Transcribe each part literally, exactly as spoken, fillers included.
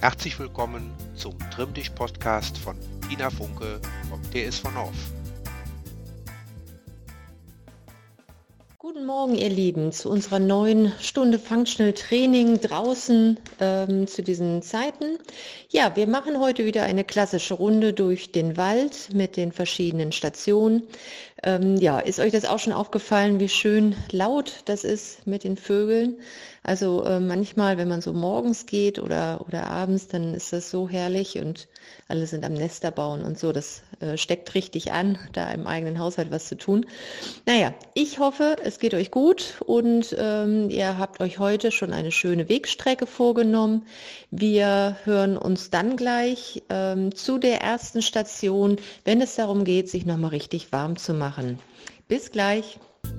Herzlich willkommen zum Trimm dich Podcast von Tina Funke vom T S V North. Guten Morgen, ihr Lieben, zu unserer neuen Stunde Functional Training draußen ähm, zu diesen Zeiten. Ja, wir machen heute wieder eine klassische Runde durch den Wald mit den verschiedenen Stationen. Ähm, ja, ist euch das auch schon aufgefallen, wie schön laut das ist mit den Vögeln? Also äh, manchmal, wenn man so morgens geht oder, oder abends, dann ist das so herrlich und alle sind am Nester bauen und so. Das äh, steckt richtig an, da im eigenen Haushalt was zu tun. Naja, ich hoffe, es geht euch gut und ähm, ihr habt euch heute schon eine schöne Wegstrecke vorgenommen. Wir hören uns dann gleich ähm, zu der ersten Station, wenn es darum geht, sich nochmal richtig warm zu machen. Bis gleich.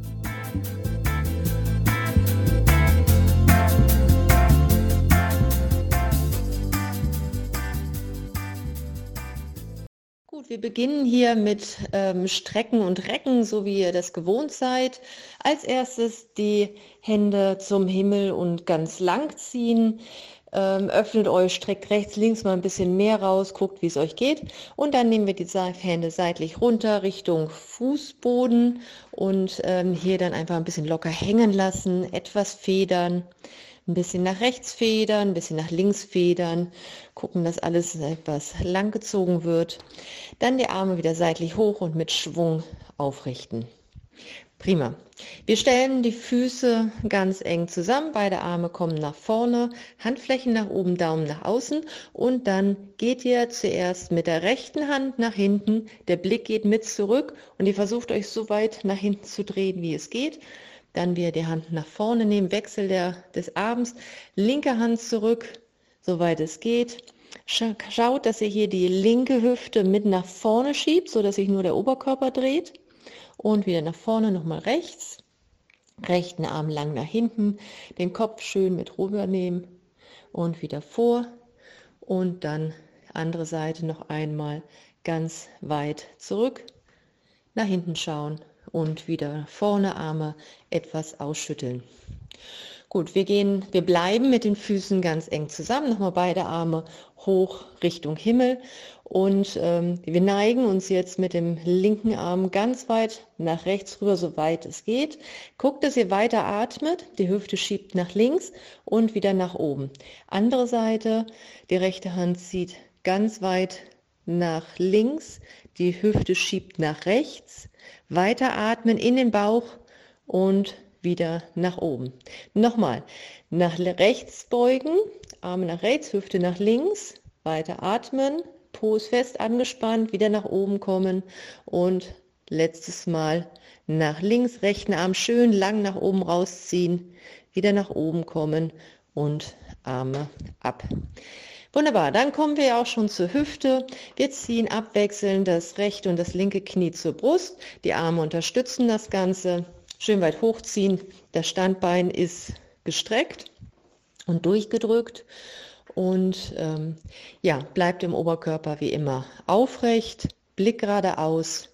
Gut, wir beginnen hier mit ähm, Strecken und Recken, so wie ihr das gewohnt seid. Als erstes die Hände zum Himmel und ganz lang ziehen. Ähm, öffnet euch, streckt rechts, links mal ein bisschen mehr raus, guckt, wie es euch geht. Und dann nehmen wir die Hände seitlich runter Richtung Fußboden und ähm, hier dann einfach ein bisschen locker hängen lassen, etwas federn. Ein bisschen nach rechts federn, ein bisschen nach links federn, gucken, dass alles etwas lang gezogen wird. Dann die Arme wieder seitlich hoch und mit Schwung aufrichten. Prima. Wir stellen die Füße ganz eng zusammen, beide Arme kommen nach vorne, Handflächen nach oben, Daumen nach außen und dann geht ihr zuerst mit der rechten Hand nach hinten, der Blick geht mit zurück und ihr versucht euch so weit nach hinten zu drehen, wie es geht. Dann wieder die Hand nach vorne nehmen, Wechsel der, des Arms, linke Hand zurück, soweit es geht. Schaut, dass ihr hier die linke Hüfte mit nach vorne schiebt, sodass sich nur der Oberkörper dreht. Und wieder nach vorne, nochmal rechts. Rechten Arm lang nach hinten, den Kopf schön mit rübernehmen und wieder vor. Und dann andere Seite noch einmal ganz weit zurück, nach hinten schauen. Und wieder vorne Arme etwas ausschütteln. Gut, wir gehen, wir bleiben mit den Füßen ganz eng zusammen. Nochmal beide Arme hoch Richtung Himmel. Und ähm, wir neigen uns jetzt mit dem linken Arm ganz weit nach rechts rüber, soweit es geht. Guckt, dass ihr weiter atmet. Die Hüfte schiebt nach links und wieder nach oben. Andere Seite, die rechte Hand zieht ganz weit nach links. Die Hüfte schiebt nach rechts. Weiter atmen in den Bauch und wieder nach oben. Nochmal, nach rechts beugen, Arme nach rechts, Hüfte nach links, weiter atmen, Po ist fest angespannt, wieder nach oben kommen und letztes Mal nach links, rechten Arm schön lang nach oben rausziehen, wieder nach oben kommen und Arme ab. Wunderbar, dann kommen wir auch schon zur Hüfte. Wir ziehen abwechselnd das rechte und das linke Knie zur Brust. Die Arme unterstützen das Ganze. Schön weit hochziehen. Das Standbein ist gestreckt und durchgedrückt. Und ähm, ja, bleibt im Oberkörper wie immer aufrecht, Blick geradeaus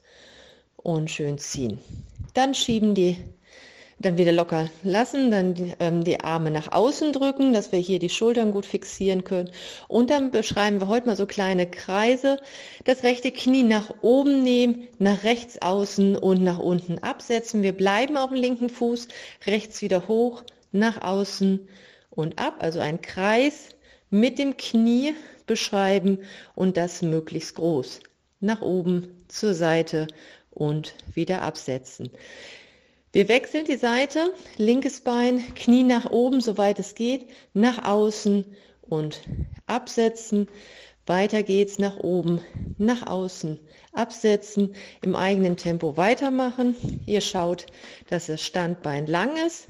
und schön ziehen. Dann schieben die Dann wieder locker lassen, dann die, ähm, die Arme nach außen drücken, dass wir hier die Schultern gut fixieren können. Und dann beschreiben wir heute mal so kleine Kreise. Das rechte Knie nach oben nehmen, nach rechts außen und nach unten absetzen. Wir bleiben auf dem linken Fuß, rechts wieder hoch, nach außen und ab. Also ein Kreis mit dem Knie beschreiben und das möglichst groß. Nach oben, zur Seite und wieder absetzen. Wir wechseln die Seite, linkes Bein, Knie nach oben, soweit es geht, nach außen und absetzen. Weiter geht's nach oben, nach außen, absetzen, im eigenen Tempo weitermachen. Ihr schaut, dass das Standbein lang ist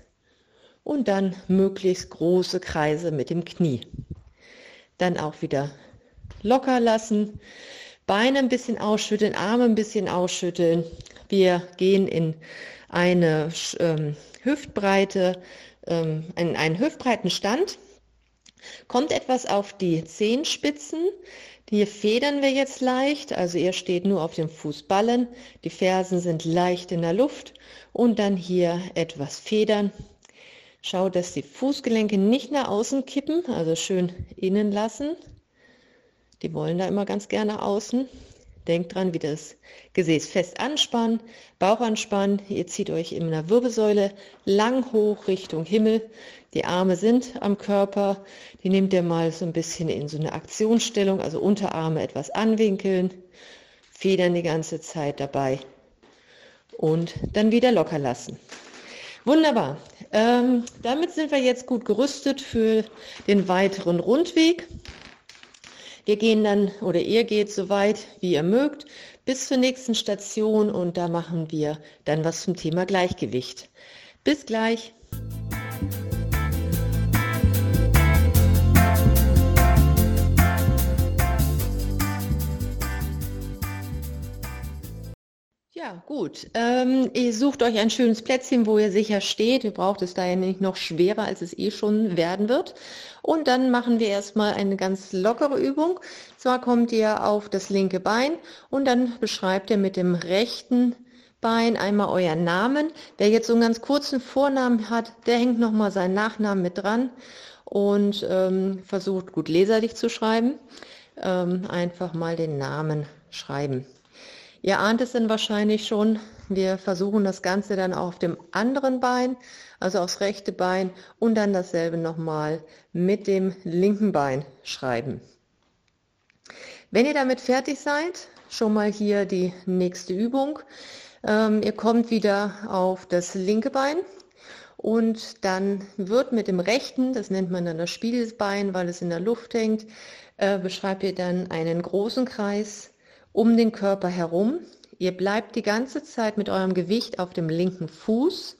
und dann möglichst große Kreise mit dem Knie. Dann auch wieder locker lassen, Beine ein bisschen ausschütteln, Arme ein bisschen ausschütteln. Wir gehen in eine ähm, Hüftbreite, ähm, einen, einen hüftbreiten Stand, kommt etwas auf die Zehenspitzen, hier federn wir jetzt leicht, also ihr steht nur auf dem Fußballen, die Fersen sind leicht in der Luft und dann hier etwas federn, Schaut, dass die Fußgelenke nicht nach außen kippen, also schön innen lassen. Die wollen da immer ganz gerne außen. Denkt dran, wie das Gesäß fest anspannen, Bauch anspannen. Ihr zieht euch in der Wirbelsäule lang hoch Richtung Himmel. Die Arme sind am Körper. Die nehmt ihr mal so ein bisschen in so eine Aktionsstellung, also Unterarme etwas anwinkeln, Federn die ganze Zeit dabei und dann wieder locker lassen. Wunderbar. Ähm, damit sind wir jetzt gut gerüstet für den weiteren Rundweg. Wir gehen dann, oder ihr geht so weit, wie ihr mögt, bis zur nächsten Station und da machen wir dann was zum Thema Gleichgewicht. Bis gleich! Ja, gut. Ähm, ihr sucht euch ein schönes Plätzchen, wo ihr sicher steht. Ihr braucht es da ja nicht noch schwerer, als es eh schon werden wird. Und dann machen wir erstmal eine ganz lockere Übung. Zwar kommt ihr auf das linke Bein und dann beschreibt ihr mit dem rechten Bein einmal euren Namen. Wer jetzt so einen ganz kurzen Vornamen hat, der hängt nochmal seinen Nachnamen mit dran und ähm, versucht gut leserlich zu schreiben. Ähm, einfach mal den Namen schreiben. Ihr ahnt es dann wahrscheinlich schon, wir versuchen das Ganze dann auch auf dem anderen Bein, also aufs rechte Bein und dann dasselbe nochmal mit dem linken Bein schreiben. Wenn ihr damit fertig seid, schon mal hier die nächste Übung. Ähm, ihr kommt wieder auf das linke Bein und dann wird mit dem rechten, das nennt man dann das Spiegelbein, weil es in der Luft hängt, äh, beschreibt ihr dann einen großen Kreis um den Körper herum. Ihr bleibt die ganze Zeit mit eurem Gewicht auf dem linken Fuß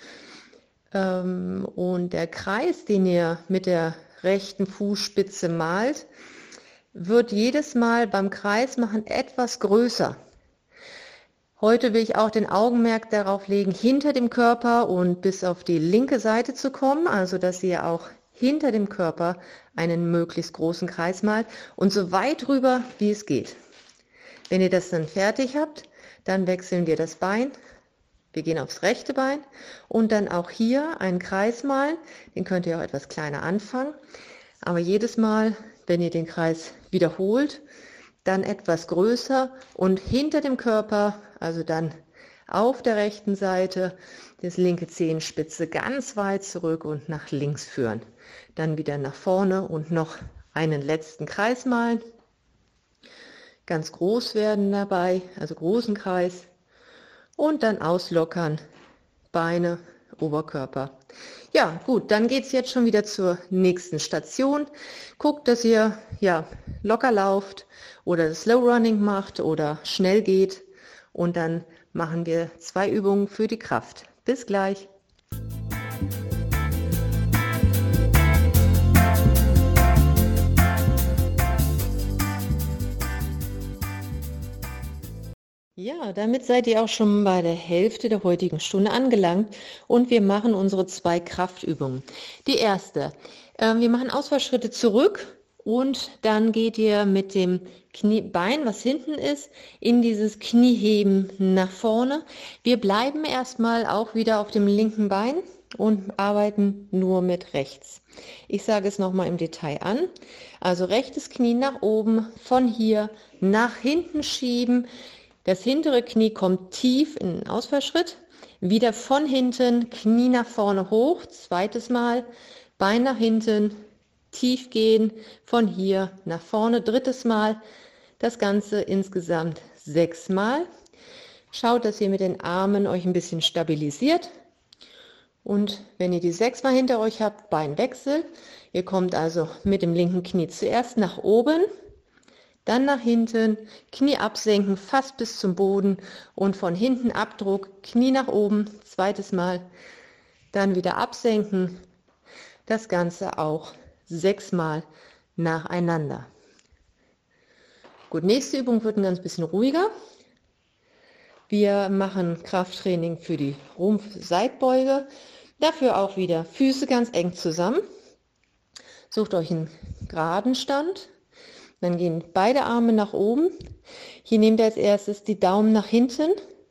ähm, und der Kreis, den ihr mit der rechten Fußspitze malt, wird jedes Mal beim Kreismachen etwas größer. Heute will ich auch den Augenmerk darauf legen, hinter dem Körper und bis auf die linke Seite zu kommen, also dass ihr auch hinter dem Körper einen möglichst großen Kreis malt und so weit rüber, wie es geht. Wenn ihr das dann fertig habt, dann wechseln wir das Bein. Wir gehen aufs rechte Bein und dann auch hier einen Kreis malen. Den könnt ihr auch etwas kleiner anfangen. Aber jedes Mal, wenn ihr den Kreis wiederholt, dann etwas größer und hinter dem Körper, also dann auf der rechten Seite, das linke Zehenspitze ganz weit zurück und nach links führen. Dann wieder nach vorne und noch einen letzten Kreis malen. Ganz groß werden dabei, also großen Kreis und dann auslockern, Beine, Oberkörper. Ja, gut, dann geht es jetzt schon wieder zur nächsten Station. Guckt, dass ihr ja locker lauft oder Slow Running macht oder schnell geht und dann machen wir zwei Übungen für die Kraft. Bis gleich! Ja, damit seid ihr auch schon bei der Hälfte der heutigen Stunde angelangt und wir machen unsere zwei Kraftübungen. Die erste, äh, wir machen Ausfallschritte zurück und dann geht ihr mit dem Kniebein, was hinten ist, in dieses Knieheben nach vorne. Wir bleiben erstmal auch wieder auf dem linken Bein und arbeiten nur mit rechts. Ich sage es nochmal im Detail an. Also rechtes Knie nach oben, von hier nach hinten schieben. Das hintere Knie kommt tief in den Ausfallschritt, wieder von hinten, Knie nach vorne hoch, zweites Mal, Bein nach hinten, tief gehen, von hier nach vorne, drittes Mal, das Ganze insgesamt sechs Mal. Schaut, dass ihr mit den Armen euch ein bisschen stabilisiert und wenn ihr die sechs Mal hinter euch habt, Beinwechsel. Ihr kommt also mit dem linken Knie zuerst nach oben, dann nach hinten, Knie absenken, fast bis zum Boden und von hinten Abdruck, Knie nach oben, zweites Mal, dann wieder absenken, das Ganze auch sechsmal nacheinander. Gut, nächste Übung wird ein ganz bisschen ruhiger. Wir machen Krafttraining für die Rumpf-Seitbeuge, dafür auch wieder Füße ganz eng zusammen. Sucht euch einen geraden Stand. Dann gehen beide Arme nach oben. Hier nehmt ihr als erstes die Daumen nach hinten,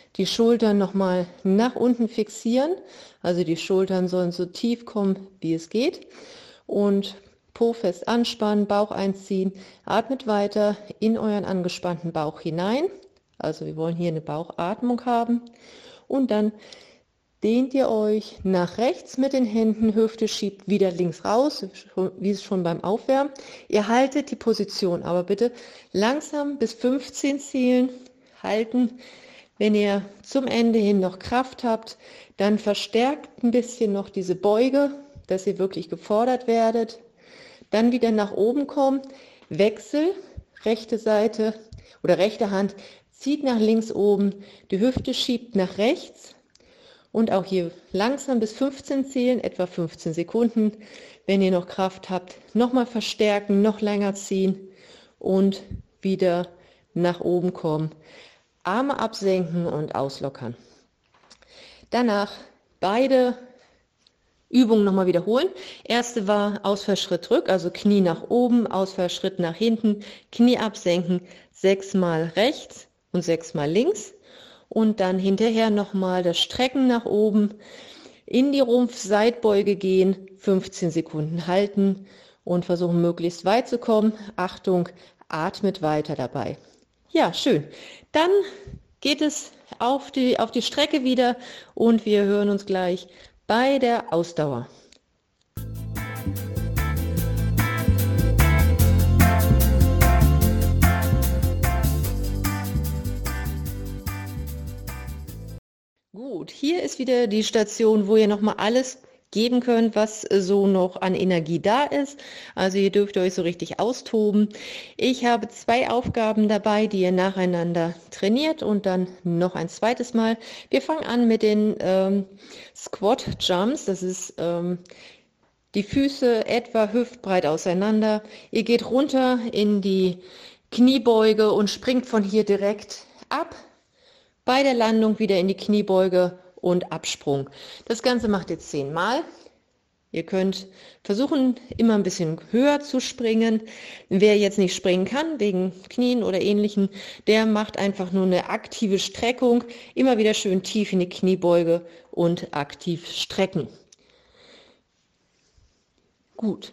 die Schultern nochmal nach unten fixieren. Also die Schultern sollen so tief kommen, wie es geht. Und Po fest anspannen, Bauch einziehen. Atmet weiter in euren angespannten Bauch hinein. Also wir wollen hier eine Bauchatmung haben. Und dann dehnt ihr euch nach rechts mit den Händen, Hüfte schiebt wieder links raus, wie es schon beim Aufwärmen. Ihr haltet die Position, aber bitte langsam bis fünfzehn zählen, halten. Wenn ihr zum Ende hin noch Kraft habt, dann verstärkt ein bisschen noch diese Beuge, dass ihr wirklich gefordert werdet. Dann wieder nach oben kommen, Wechsel, rechte Seite oder rechte Hand zieht nach links oben, die Hüfte schiebt nach rechts. Und auch hier langsam bis fünfzehn zählen, etwa fünfzehn Sekunden. Wenn ihr noch Kraft habt, nochmal verstärken, noch länger ziehen und wieder nach oben kommen. Arme absenken und auslockern. Danach beide Übungen nochmal wiederholen. Erste war Ausfallschritt rück, also Knie nach oben, Ausfallschritt nach hinten, Knie absenken, sechsmal rechts und sechsmal links. Und dann hinterher nochmal das Strecken nach oben, in die Rumpf-Seitbeuge gehen, fünfzehn Sekunden halten und versuchen möglichst weit zu kommen. Achtung, atmet weiter dabei. Ja, schön. Dann geht es auf die, auf die Strecke wieder und wir hören uns gleich bei der Ausdauer. Gut, hier ist wieder die Station, wo ihr nochmal alles geben könnt, was so noch an Energie da ist. Also ihr dürft euch so richtig austoben. Ich habe zwei Aufgaben dabei, die ihr nacheinander trainiert und dann noch ein zweites Mal. Wir fangen an mit den ähm, Squat Jumps. Das ist ähm, die Füße etwa hüftbreit auseinander. Ihr geht runter in die Kniebeuge und springt von hier direkt ab. Bei der Landung wieder in die Kniebeuge und Absprung. Das Ganze macht ihr zehnmal. Ihr könnt versuchen, immer ein bisschen höher zu springen. Wer jetzt nicht springen kann, wegen Knien oder Ähnlichem, der macht einfach nur eine aktive Streckung. Immer wieder schön tief in die Kniebeuge und aktiv strecken. Gut.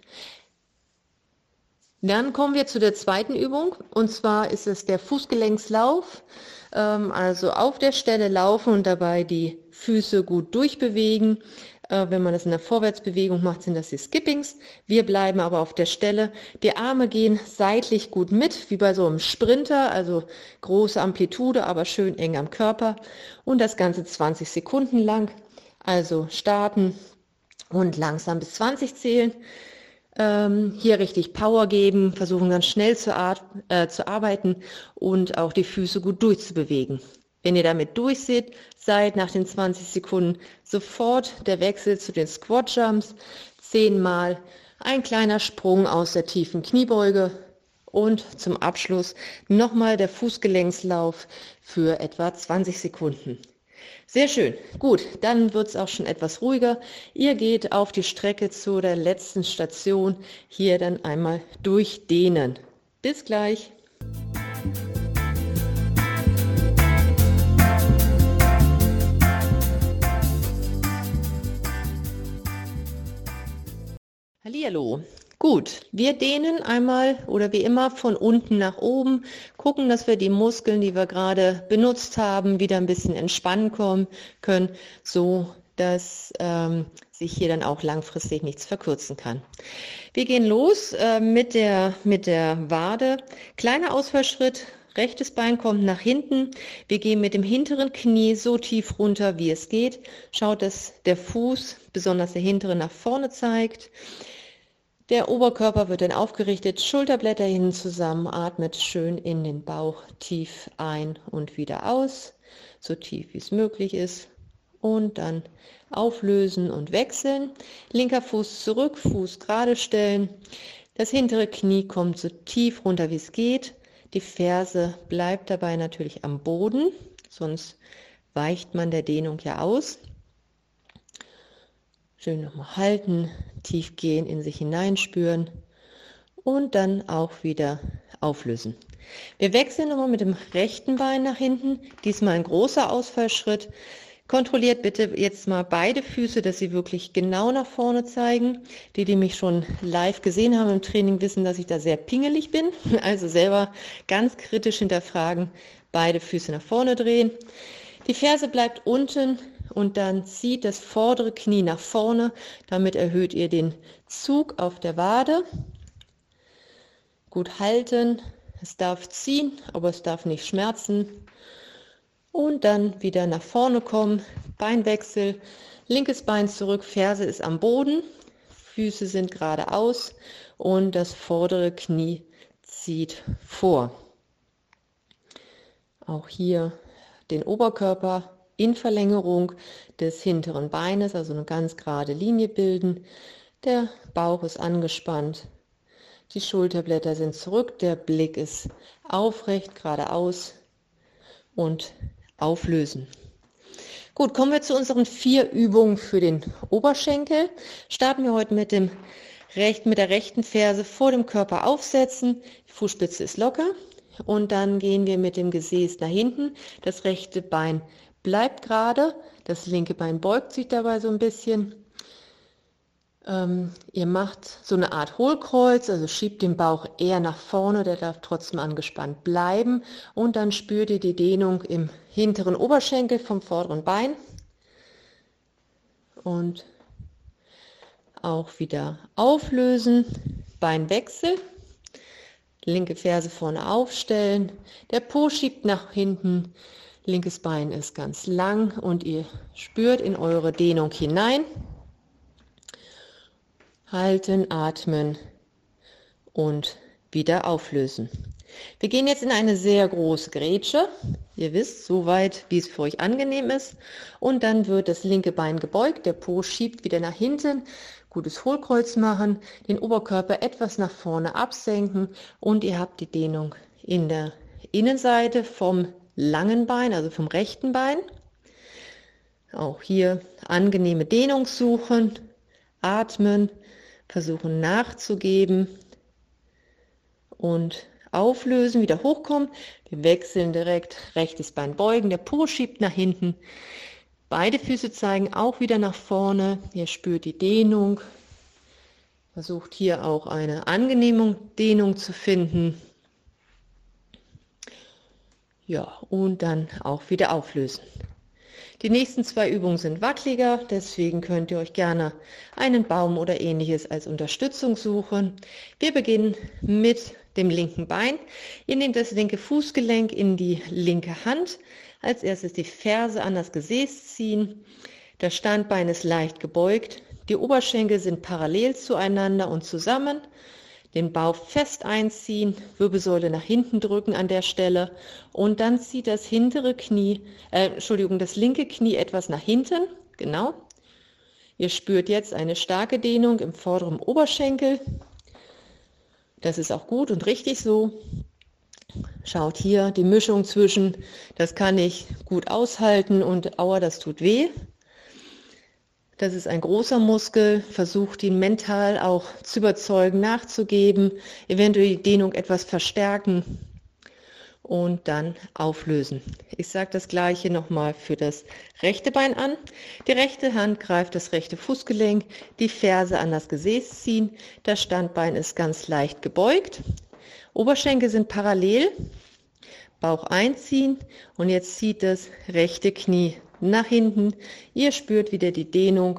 Dann kommen wir zu der zweiten Übung und zwar ist es der Fußgelenkslauf. Also auf der Stelle laufen und dabei die Füße gut durchbewegen. Wenn man das in der Vorwärtsbewegung macht, sind das die Skippings. Wir bleiben aber auf der Stelle. Die Arme gehen seitlich gut mit, wie bei so einem Sprinter, also große Amplitude, aber schön eng am Körper. Und das Ganze zwanzig Sekunden lang. Also starten und langsam bis zwanzig zählen. Ähm, hier richtig Power geben, versuchen ganz schnell zu, äh, zu arbeiten und auch die Füße gut durchzubewegen. Wenn ihr damit durch seid, seid nach den zwanzig Sekunden sofort der Wechsel zu den Squat Jumps. Zehnmal ein kleiner Sprung aus der tiefen Kniebeuge und zum Abschluss nochmal der Fußgelenkslauf für etwa zwanzig Sekunden. Sehr schön. Gut, dann wird es auch schon etwas ruhiger. Ihr geht auf die Strecke zu der letzten Station. Hier dann einmal durchdehnen. Bis gleich. Hallihallo. Gut, wir dehnen einmal oder wie immer von unten nach oben, gucken, dass wir die Muskeln, die wir gerade benutzt haben, wieder ein bisschen entspannen kommen können, so dass ähm, sich hier dann auch langfristig nichts verkürzen kann. Wir gehen los äh, mit der, mit der Wade. Kleiner Ausfallschritt, rechtes Bein kommt nach hinten. Wir gehen mit dem hinteren Knie so tief runter, wie es geht. Schaut, dass der Fuß, besonders der hintere, nach vorne zeigt. Der Oberkörper wird dann aufgerichtet, Schulterblätter hinten zusammen, atmet schön in den Bauch tief ein und wieder aus, so tief wie es möglich ist. Und dann auflösen und wechseln. Linker Fuß zurück, Fuß gerade stellen. Das hintere Knie kommt so tief runter, wie es geht. Die Ferse bleibt dabei natürlich am Boden, sonst weicht man der Dehnung ja aus. Schön nochmal halten, tief gehen, in sich hineinspüren und dann auch wieder auflösen. Wir wechseln nochmal mit dem rechten Bein nach hinten, diesmal ein großer Ausfallschritt. Kontrolliert bitte jetzt mal beide Füße, dass sie wirklich genau nach vorne zeigen. Die, die mich schon live gesehen haben im Training, wissen, dass ich da sehr pingelig bin. Also selber ganz kritisch hinterfragen, beide Füße nach vorne drehen. Die Ferse bleibt unten und dann zieht das vordere Knie nach vorne. Damit erhöht ihr den Zug auf der Wade. Gut halten. Es darf ziehen, aber es darf nicht schmerzen. Und dann wieder nach vorne kommen, Beinwechsel, linkes Bein zurück, Ferse ist am Boden, Füße sind geradeaus und das vordere Knie zieht vor. Auch hier den Oberkörper in Verlängerung des hinteren Beines, also eine ganz gerade Linie bilden. Der Bauch ist angespannt, die Schulterblätter sind zurück, der Blick ist aufrecht, geradeaus und auflösen. Gut, kommen wir zu unseren vier Übungen für den Oberschenkel. Starten wir heute mit dem rechten, mit der rechten Ferse vor dem Körper aufsetzen. Die Fußspitze ist locker und dann gehen wir mit dem Gesäß nach hinten. Das rechte Bein bleibt gerade, das linke Bein beugt sich dabei so ein bisschen. Ähm, ihr macht so eine Art Hohlkreuz, also schiebt den Bauch eher nach vorne, der darf trotzdem angespannt bleiben und dann spürt ihr die Dehnung im hinteren Oberschenkel vom vorderen Bein und auch wieder auflösen, Beinwechsel, linke Ferse vorne aufstellen, der Po schiebt nach hinten, linkes Bein ist ganz lang und ihr spürt in eure Dehnung hinein. Halten, atmen und wieder auflösen. Wir gehen jetzt in eine sehr große Grätsche. Ihr wisst, so weit, wie es für euch angenehm ist. Und dann wird das linke Bein gebeugt, der Po schiebt wieder nach hinten. Gutes Hohlkreuz machen, den Oberkörper etwas nach vorne absenken und ihr habt die Dehnung in der Innenseite vom langen Bein, also vom rechten Bein. Auch hier angenehme Dehnung suchen, atmen, versuchen nachzugeben und auflösen, wieder hochkommen. Wir wechseln direkt, rechtes Bein beugen, der Po schiebt nach hinten. Beide Füße zeigen auch wieder nach vorne. Ihr spürt die Dehnung. Versucht hier auch eine angenehme Dehnung zu finden. Ja, und dann auch wieder auflösen. Die nächsten zwei Übungen sind wackeliger, deswegen könnt ihr euch gerne einen Baum oder ähnliches als Unterstützung suchen. Wir beginnen mit dem linken Bein. Ihr nehmt das linke Fußgelenk in die linke Hand. Als erstes die Ferse an das Gesäß ziehen. Das Standbein ist leicht gebeugt. Die Oberschenkel sind parallel zueinander und zusammen. Den Bauch fest einziehen, Wirbelsäule nach hinten drücken an der Stelle und dann zieht das hintere Knie, äh, Entschuldigung, das linke Knie etwas nach hinten, genau. Ihr spürt jetzt eine starke Dehnung im vorderen Oberschenkel. Das ist auch gut und richtig so. Schaut hier die Mischung zwischen, das kann ich gut aushalten und aua, das tut weh. Das ist ein großer Muskel, versucht ihn mental auch zu überzeugen, nachzugeben, eventuell die Dehnung etwas verstärken und dann auflösen. Ich sage das gleiche nochmal für das rechte Bein an. Die rechte Hand greift das rechte Fußgelenk, die Ferse an das Gesäß ziehen, das Standbein ist ganz leicht gebeugt, Oberschenkel sind parallel, Bauch einziehen und jetzt zieht das rechte Knie nach hinten. Ihr spürt wieder die Dehnung.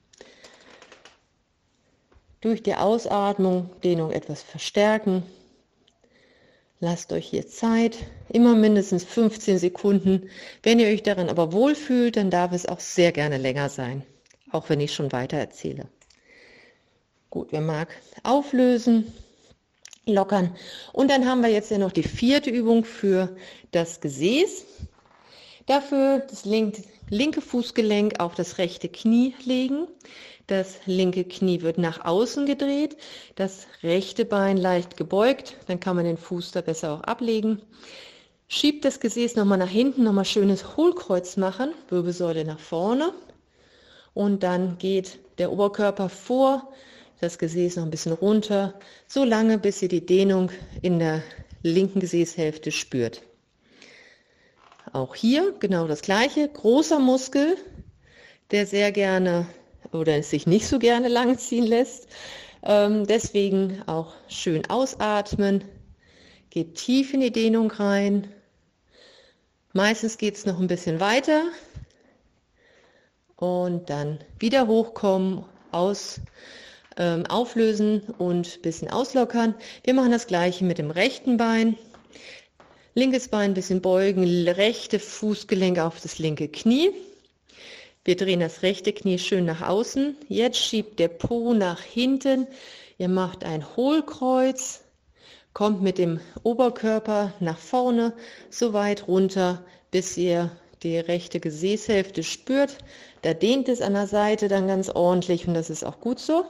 Durch die Ausatmung Dehnung etwas verstärken. Lasst euch hier Zeit, immer mindestens fünfzehn Sekunden. Wenn ihr euch darin aber wohlfühlt, dann darf es auch sehr gerne länger sein, auch wenn ich schon weiter erzähle. Gut, wer mag, auflösen, lockern. Und dann haben wir jetzt ja noch die vierte Übung für das Gesäß. Dafür das linke, linke Fußgelenk auf das rechte Knie legen. Das linke Knie wird nach außen gedreht, das rechte Bein leicht gebeugt, dann kann man den Fuß da besser auch ablegen. Schiebt das Gesäß nochmal nach hinten, nochmal schönes Hohlkreuz machen, Wirbelsäule nach vorne und dann geht der Oberkörper vor, das Gesäß noch ein bisschen runter, so lange bis ihr die Dehnung in der linken Gesäßhälfte spürt. Auch hier genau das gleiche, großer Muskel, der sehr gerne oder sich nicht so gerne langziehen lässt. Ähm, deswegen auch schön ausatmen, geht tief in die Dehnung rein. Meistens geht es noch ein bisschen weiter und dann wieder hochkommen, aus, ähm, auflösen und ein bisschen auslockern. Wir machen das gleiche mit dem rechten Bein. Linkes Bein ein bisschen beugen, rechte Fußgelenk auf das linke Knie. Wir drehen das rechte Knie schön nach außen. Jetzt schiebt der Po nach hinten. Ihr macht ein Hohlkreuz, kommt mit dem Oberkörper nach vorne, so weit runter, bis ihr die rechte Gesäßhälfte spürt. Da dehnt es an der Seite dann ganz ordentlich und das ist auch gut so.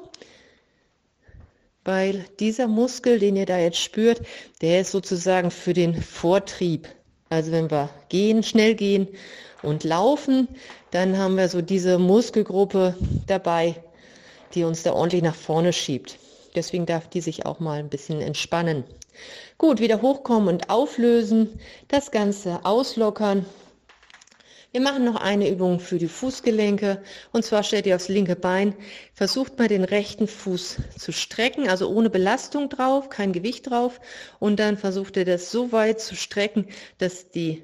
Weil dieser Muskel, den ihr da jetzt spürt, der ist sozusagen für den Vortrieb. Also wenn wir gehen, schnell gehen und laufen, dann haben wir so diese Muskelgruppe dabei, die uns da ordentlich nach vorne schiebt. Deswegen darf die sich auch mal ein bisschen entspannen. Gut, wieder hochkommen und auflösen, das Ganze auslockern. Wir machen noch eine Übung für die Fußgelenke und zwar stellt ihr aufs linke Bein, versucht mal den rechten Fuß zu strecken, also ohne Belastung drauf, kein Gewicht drauf und dann versucht ihr das so weit zu strecken, dass die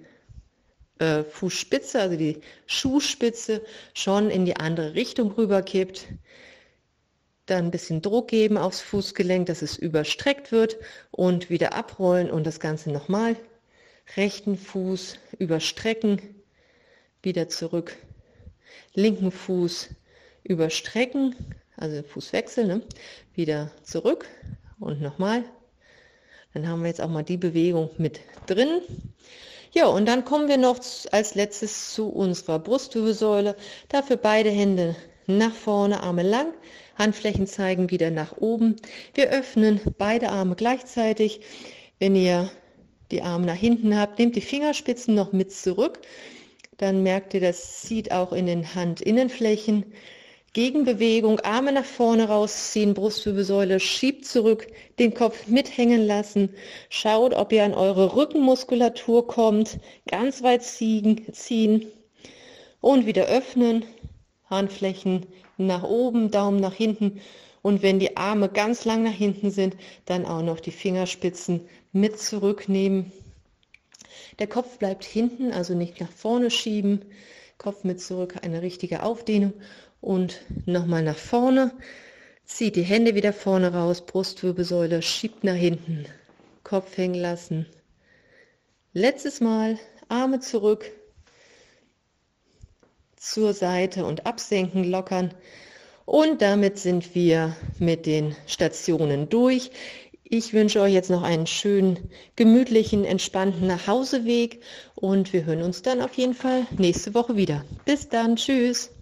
äh, Fußspitze, also die Schuhspitze schon in die andere Richtung rüberkippt. Dann ein bisschen Druck geben aufs Fußgelenk, dass es überstreckt wird und wieder abrollen und das Ganze nochmal. Rechten Fuß überstrecken. Wieder zurück, linken Fuß überstrecken, also Fußwechsel, ne? Wieder zurück und nochmal. Dann haben wir jetzt auch mal die Bewegung mit drin. Ja, und dann kommen wir noch als letztes zu unserer Brustwirbelsäule. Dafür beide Hände nach vorne, Arme lang, Handflächen zeigen wieder nach oben. Wir öffnen beide Arme gleichzeitig. Wenn ihr die Arme nach hinten habt, nehmt die Fingerspitzen noch mit zurück. Dann merkt ihr, das zieht auch in den Handinnenflächen. Gegenbewegung, Arme nach vorne rausziehen, Brustwirbelsäule, schiebt zurück, den Kopf mithängen lassen. Schaut, ob ihr an eure Rückenmuskulatur kommt. Ganz weit ziehen, ziehen und wieder öffnen. Handflächen nach oben, Daumen nach hinten. Und wenn die Arme ganz lang nach hinten sind, dann auch noch die Fingerspitzen mit zurücknehmen. Der Kopf bleibt hinten, also nicht nach vorne schieben. Kopf mit zurück, eine richtige Aufdehnung. Und nochmal nach vorne. Zieht die Hände wieder vorne raus, Brustwirbelsäule, schiebt nach hinten. Kopf hängen lassen. Letztes Mal, Arme zurück. Zur Seite und absenken, lockern. Und damit sind wir mit den Stationen durch. Ich wünsche euch jetzt noch einen schönen, gemütlichen, entspannten Nachhauseweg und wir hören uns dann auf jeden Fall nächste Woche wieder. Bis dann, tschüss!